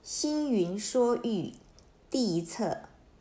星云说喻第一册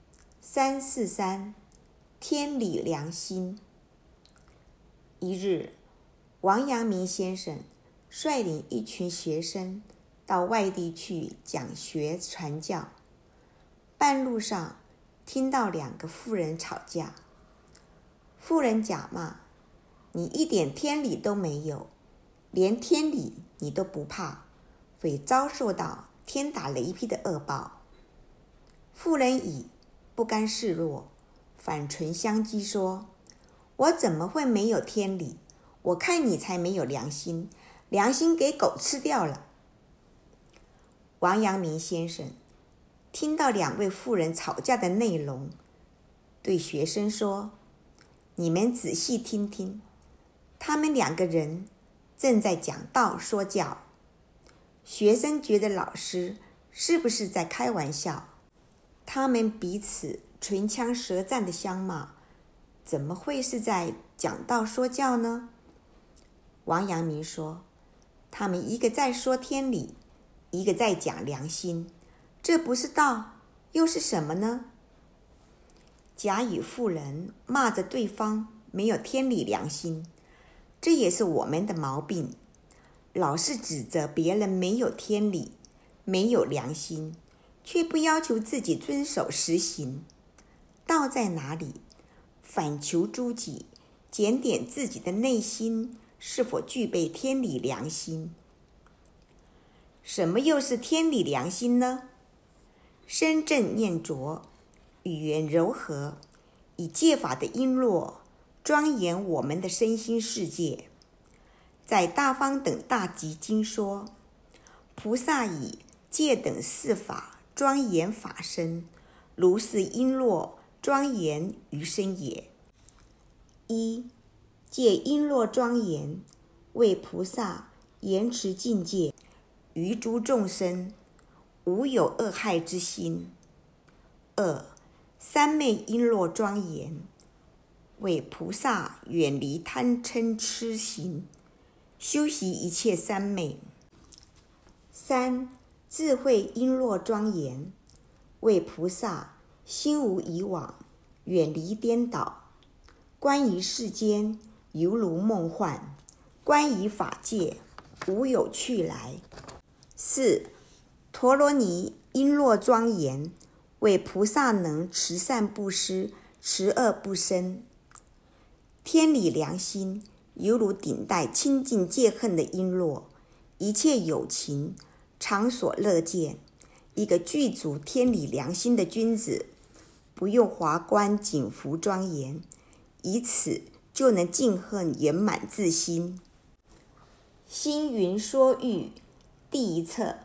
343天理良心。一日，王阳明先生率领一群学生到外地去讲学传教，半路上听到2个妇人吵架。妇人假骂：你一点天理都没有，连天理你都不怕，会遭受到天打雷劈的恶报。妇人已不甘示弱，反唇相讥说：我怎么会没有天理？我看你才没有良心，良心给狗吃掉了。王阳明先生听到2位妇人吵架的内容，对学生说：你们仔细听听，他们2个人正在讲道说教。学生觉得老师是不是在开玩笑？他们彼此唇枪舌战的相骂，怎么会是在讲道说教呢？王阳明说，他们一个在说天理，一个在讲良心，这不是道又是什么呢？甲与妇人骂着对方没有天理良心，这也是我们的毛病，老是指责别人没有天理，没有良心，却不要求自己遵守实行。道在哪里？反求诸己，检点自己的内心是否具备天理良心。什么又是天理良心呢？声正念浊，语言柔和，以戒法的璎珞庄严我们的身心世界。在大方等大集经说，菩萨以戒等4法庄严法身，如是璎珞庄严于身也。1. 戒璎珞庄严，为菩萨严持境界，于诸众生无有恶害之心。2. 三昧璎珞庄严，为菩萨远离贪嗔痴行，修习一切三昧。3. 智慧璎珞庄严，为菩萨心无以往，远离颠倒，观于世间犹如梦幻，观于法界无有去来。4. 陀罗尼璎珞庄严，为菩萨能持善布施，持恶不生。天理良心犹如顶戴清净戒恨的璎珞，一切有情常所乐见。一个具足天理良心的君子，不用华冠锦服庄严，以此就能净恨圆满自心。星云说喻第一册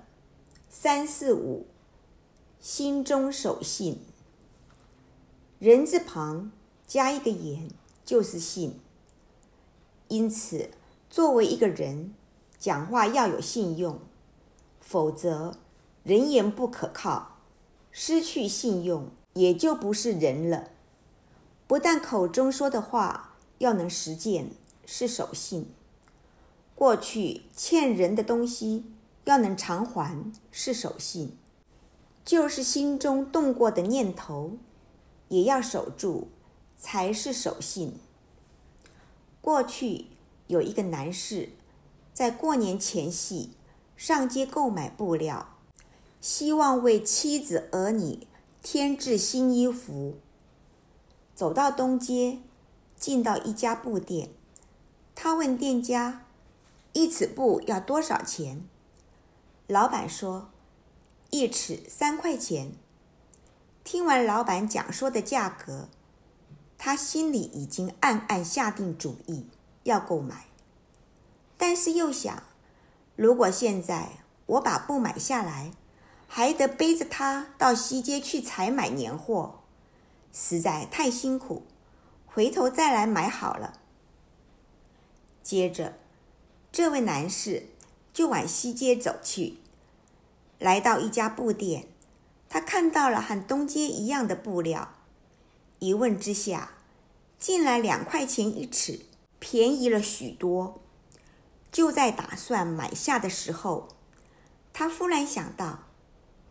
345心中守信。人字旁加一个言就是信，因此作为一个人，讲话要有信用，否则人言不可靠，失去信用也就不是人了。不但口中说的话要能实践，是守信；过去欠人的东西要能偿还，是守信；就是心中动过的念头也要守住，才是守信。过去有一个男士在过年前夕上街购买布料，希望为妻子儿女添置新衣服。走到东街，进到一家布店，他问店家一尺布要多少钱？老板说1尺3块钱。听完老板讲说的价格，他心里已经暗暗下定主意要购买，但是又想，如果现在我把布买下来，还得背着它到西街去采买年货，实在太辛苦，回头再来买好了。接着这位男士就往西街走去，来到一家布店，他看到了和东街一样的布料，一问之下，竟然2块钱1尺，便宜了许多。就在打算买下的时候，他忽然想到，不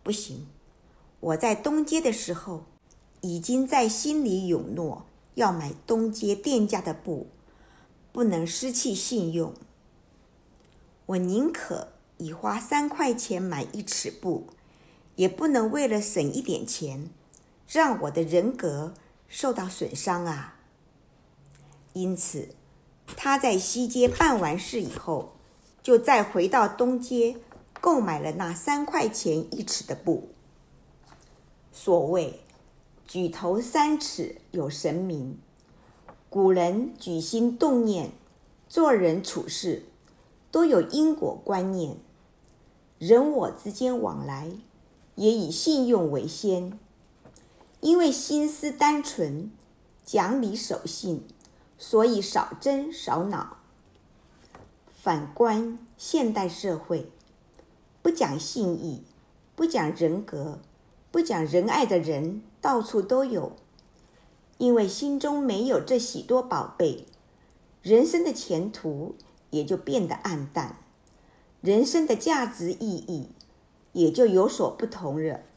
不行。我在东街的时候，已经在心里允诺要买东街店家的布，不能失去信用。我宁可已花3块钱买1尺布，也不能为了省一点钱，让我的人格受到损伤啊。因此，他在西街办完事以后，就再回到东街购买了那3块钱1尺的布。所谓举头3尺有神明，古人举心动念，做人处事都有因果观念，人我之间往来也以信用为先，因为心思单纯，讲理守信，所以少争少恼。反观现代社会，不讲信义，不讲人格，不讲仁爱的人到处都有，因为心中没有这许多宝贝，人生的前途也就变得暗淡，人生的价值意义也就有所不同了。